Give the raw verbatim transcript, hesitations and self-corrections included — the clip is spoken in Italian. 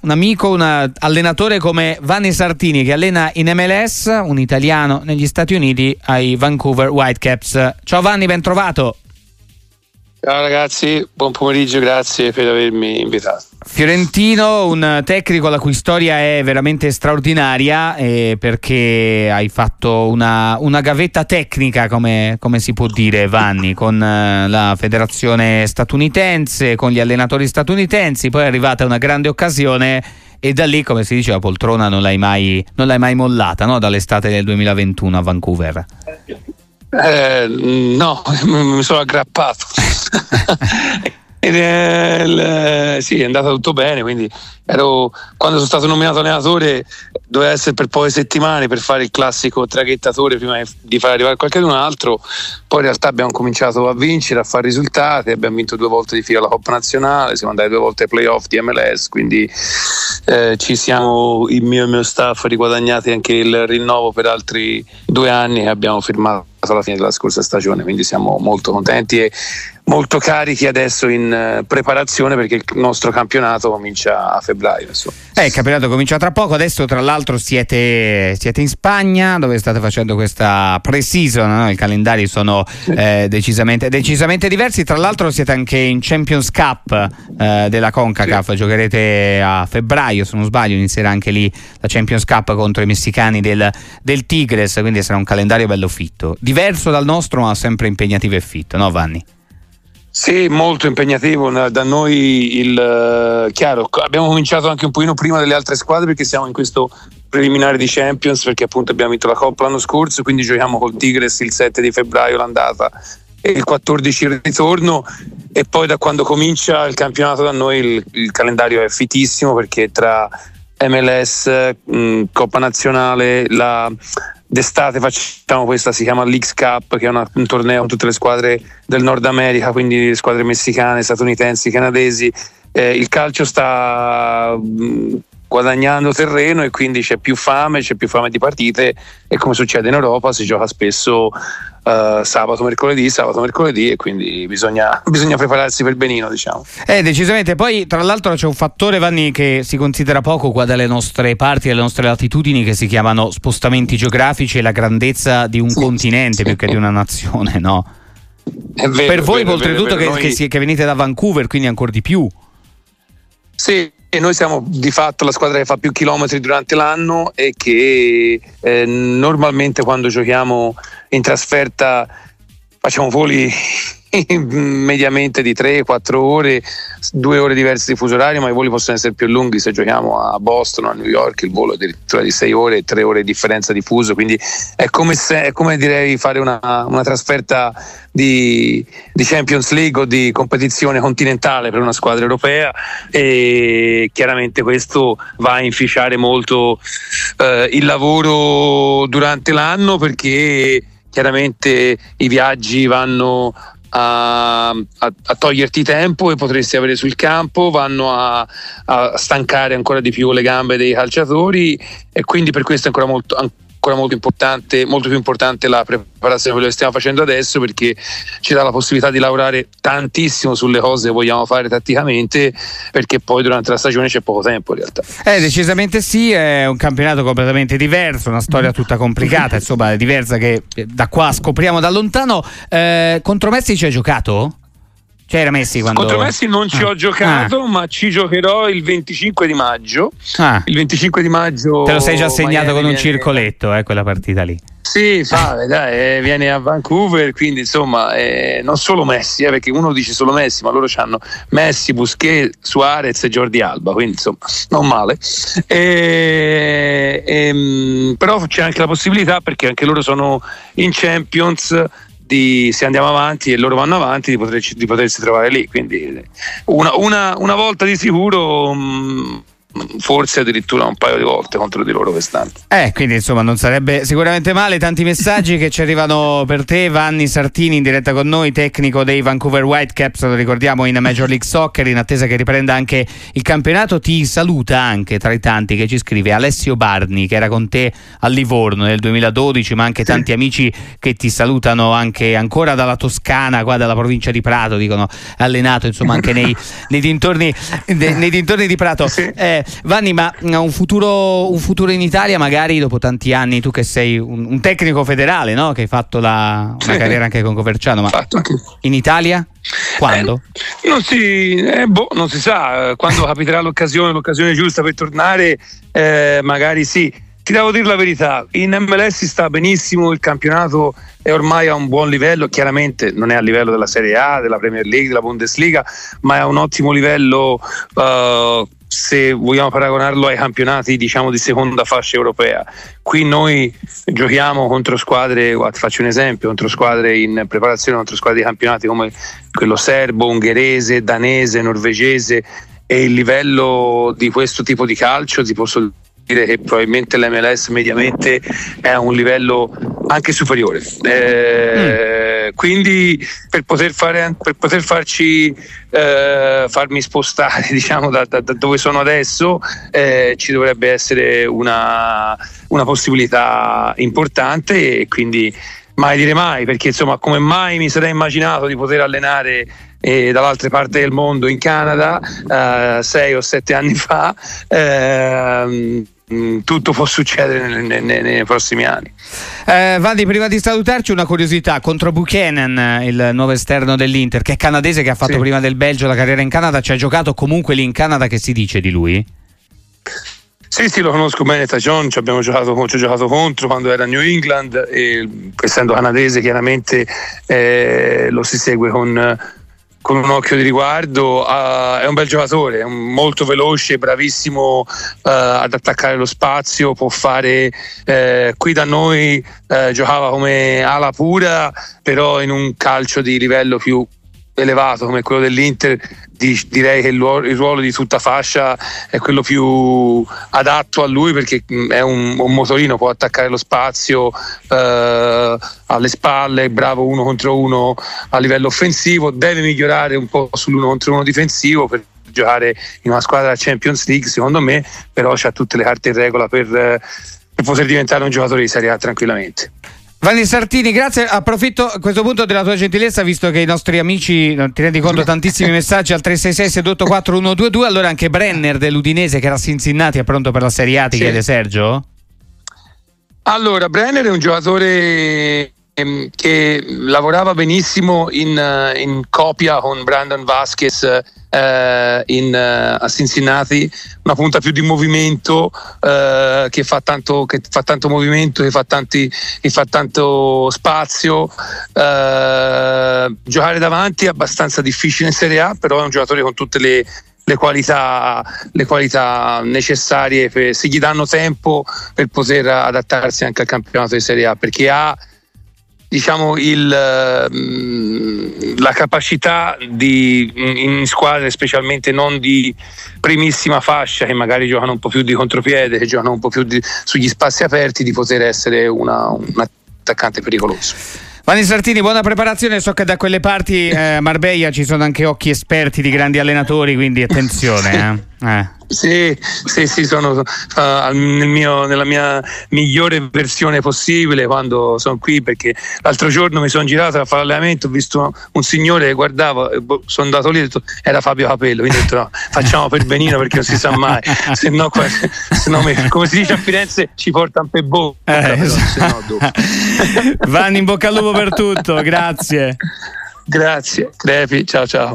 un amico, un allenatore come Vanni Sartini, che allena in M L S, un italiano negli Stati Uniti ai Vancouver Whitecaps. Ciao Vanni, ben trovato. Ciao ragazzi, buon pomeriggio, grazie per avermi invitato. Fiorentino, un tecnico la cui storia è veramente straordinaria, eh, perché hai fatto una, una gavetta tecnica, come, come si può dire, Vanni, con eh, la federazione statunitense, con gli allenatori statunitensi, poi è arrivata una grande occasione e da lì, come si dice, la poltrona non l'hai mai, non l'hai mai mollata, no? Dall'estate del duemilaventuno a Vancouver. Eh, no, mi sono aggrappato. Ed è, l, sì, è andato tutto bene, quindi ero, quando sono stato nominato allenatore doveva essere per poche settimane per fare il classico traghettatore prima di far arrivare qualcun altro. Poi in realtà abbiamo cominciato a vincere, a fare risultati, abbiamo vinto due volte di fila la Coppa Nazionale, siamo andati due volte ai playoff di M L S, quindi eh, ci siamo, il mio e il mio staff, riguadagnati anche il rinnovo per altri due anni e abbiamo firmato alla fine della scorsa stagione, quindi siamo molto contenti e molto carichi adesso in uh, preparazione, perché il nostro campionato comincia a febbraio. Eh, il campionato comincia tra poco. Adesso tra l'altro siete, siete in Spagna, dove state facendo questa pre-season, no? I calendari sono eh, decisamente, decisamente diversi. Tra l'altro siete anche in Champions Cup eh, della CONCACAF, sì. Giocherete a febbraio, se non sbaglio, inizierà anche lì la Champions Cup contro i messicani del, del Tigres, quindi sarà un calendario bello fitto, diverso dal nostro ma sempre impegnativo e fitto, no Vanni? Sì, molto impegnativo. Da noi il chiaro, abbiamo cominciato anche un pochino prima delle altre squadre, perché siamo in questo preliminare di Champions, perché appunto abbiamo vinto la Coppa l'anno scorso, quindi giochiamo col Tigres il sette di febbraio l'andata e il quattordici il ritorno, e poi da quando comincia il campionato da noi il, il calendario è fittissimo, perché tra M L S, mh, Coppa Nazionale, la d'estate facciamo questa, si chiama Leagues Cup, che è una, un torneo con tutte le squadre del Nord America, quindi le squadre messicane, statunitensi, canadesi. Eh, il calcio sta mh, guadagnando terreno e quindi c'è più fame, c'è più fame di partite, e come succede in Europa si gioca spesso Uh, sabato, mercoledì, sabato, mercoledì, e quindi bisogna, bisogna prepararsi per benino, diciamo. Eh, decisamente. Poi tra l'altro c'è un fattore, Vanni, che si considera poco qua dalle nostre parti, dalle nostre latitudini, che si chiamano spostamenti geografici e la grandezza di un sì, continente sì. più che di una nazione, no? È vero, per voi, vero, oltretutto, vero, che, noi... che, che venite da Vancouver, quindi ancora di più. Sì, e noi siamo di fatto la squadra che fa più chilometri durante l'anno e che eh, normalmente quando giochiamo in trasferta facciamo voli mediamente di tre quattro ore, due ore diverse di fuso orario, ma i voli possono essere più lunghi. Se giochiamo a Boston o a New York il volo è addirittura di sei ore e tre ore di differenza di fuso, quindi è come se è come direi fare una, una trasferta di, di Champions League o di competizione continentale per una squadra europea, e chiaramente questo va a inficiare molto eh, il lavoro durante l'anno, perché chiaramente i viaggi vanno A, a, a toglierti tempo e potresti avere sul campo, vanno a, a stancare ancora di più le gambe dei calciatori, e quindi per questo è ancora molto, ancora molto importante, molto più importante la preparazione, quello che stiamo facendo adesso, perché ci dà la possibilità di lavorare tantissimo sulle cose che vogliamo fare tatticamente, perché poi durante la stagione c'è poco tempo in realtà. Eh, decisamente sì, è un campionato completamente diverso, una storia tutta complicata, insomma, è diversa, che da qua scopriamo da lontano. Eh, contro Messi ci hai giocato? C'era Messi quando... Contro Messi non ci ah. ho giocato, ah. ma ci giocherò il venticinque di maggio. Ah. Il venticinque di maggio. Te lo sei già segnato Miami con un viene... circoletto, eh, quella partita lì. Sì, fa, dai, eh, viene a Vancouver, quindi insomma eh, non solo Messi, eh, perché uno dice solo Messi, ma loro hanno Messi, Busquets, Suarez e Jordi Alba, quindi insomma non male. E, e, però c'è anche la possibilità, perché anche loro sono in Champions, di, se andiamo avanti e loro vanno avanti, di, poterci, di potersi trovare lì, quindi una, una, una volta di sicuro mh, forse addirittura un paio di volte contro di loro quest'anno. Eh, quindi insomma non sarebbe sicuramente male. Tanti messaggi che ci arrivano per te. Vanni Sartini in diretta con noi, tecnico dei Vancouver Whitecaps, lo ricordiamo, in Major League Soccer, in attesa che riprenda anche il campionato. Ti saluta anche, tra i tanti che ci scrive, Alessio Barni, che era con te a Livorno nel duemiladodici, ma anche tanti amici che ti salutano anche ancora dalla Toscana, qua dalla provincia di Prato, dicono allenato insomma anche nei, nei, dintorni, nei, nei dintorni di Prato. Eh, Vanni, ma un futuro, un futuro in Italia magari dopo tanti anni, tu che sei un, un tecnico federale, no? Che hai fatto la, una sì. carriera anche con Coverciano, ma in Italia? Quando? Eh, non, si, eh, boh, non si sa, quando capiterà l'occasione, l'occasione giusta per tornare, eh, magari sì. Ti devo dire la verità, in M L S sta benissimo, il campionato è ormai a un buon livello, chiaramente non è a livello della Serie A, della Premier League, della Bundesliga, ma è a un ottimo livello, uh, se vogliamo paragonarlo ai campionati, diciamo, di seconda fascia europea. Qui noi giochiamo contro squadre, faccio un esempio, contro squadre in preparazione, contro squadre di campionati come quello serbo, ungherese, danese, norvegese, e il livello di questo tipo di calcio, ti posso dire che probabilmente l'M L S mediamente è a un livello anche superiore, eh, mm. quindi per poter fare per poter farci eh, farmi spostare, diciamo, da, da, da dove sono adesso, eh, ci dovrebbe essere una, una possibilità importante, e quindi mai dire mai, perché insomma, come mai mi sarei immaginato di poter allenare eh, dall'altra parte del mondo, in Canada, eh, sei o sette anni fa. eh, tutto può succedere nei, nei, nei prossimi anni. eh, Vadi, prima di salutarci, una curiosità: contro Buchanan, il nuovo esterno dell'Inter, che è canadese, che ha fatto sì. prima del Belgio la carriera in Canada, ci ha giocato comunque lì in Canada, che si dice di lui? Sì, sì, lo conosco bene Tajon, ci abbiamo giocato, ci ho giocato contro quando era a New England, e essendo canadese chiaramente eh, lo si segue con con un occhio di riguardo. Uh, è un bel giocatore, è un, molto veloce, bravissimo uh, ad attaccare lo spazio, può fare uh, qui da noi uh, giocava come ala pura, però in un calcio di livello più elevato come quello dell'Inter di, direi che il ruolo, il ruolo di tutta fascia è quello più adatto a lui, perché è un, un motorino, può attaccare lo spazio eh, alle spalle, è bravo uno contro uno a livello offensivo, deve migliorare un po' sull'uno contro uno difensivo per giocare in una squadra Champions League, secondo me, però c'ha tutte le carte in regola per, per poter diventare un giocatore di Serie A tranquillamente. Vanni Sartini, grazie. Approfitto a questo punto della tua gentilezza, visto che i nostri amici, non ti rendi conto, tantissimi messaggi al tre sei sei sei otto quattro uno due due. Allora anche Brenner dell'Udinese, che era a Cincinnati, è pronto per la Serie A, ti sì. chiede Sergio? Allora, Brenner è un giocatore ehm, che lavorava benissimo in, in coppia con Brandon Vasquez eh, in, uh, a Cincinnati, una punta più di movimento, eh, che fa tanto che fa tanto movimento, che fa tanti che fa tanto spazio. Eh, giocare davanti è abbastanza difficile in Serie A, però è un giocatore con tutte le le qualità, le qualità necessarie per, se gli danno tempo, per poter adattarsi anche al campionato di Serie A, perché ha, diciamo, il, la capacità di, in squadre specialmente non di primissima fascia, che magari giocano un po' più di contropiede, che giocano un po' più di, sugli spazi aperti, di poter essere una, un attaccante pericoloso. Vanni Sartini, buona preparazione. So che da quelle parti, eh, Marbella, ci sono anche occhi esperti di grandi allenatori, quindi attenzione. Eh. Eh. Sì, sì, sì, sono uh, nel mio, nella mia migliore versione possibile quando sono qui, perché l'altro giorno mi sono girato a fare allenamento, ho visto un signore che guardava, sono andato lì e ho detto era Fabio Capello, quindi ho detto no, facciamo per benino, perché non si sa mai, se no, se no mi, come si dice a Firenze, ci portano per bocca, eh, però, se no dopo. Vanni, in bocca al lupo per tutto, grazie. Grazie, Crepi, ciao ciao.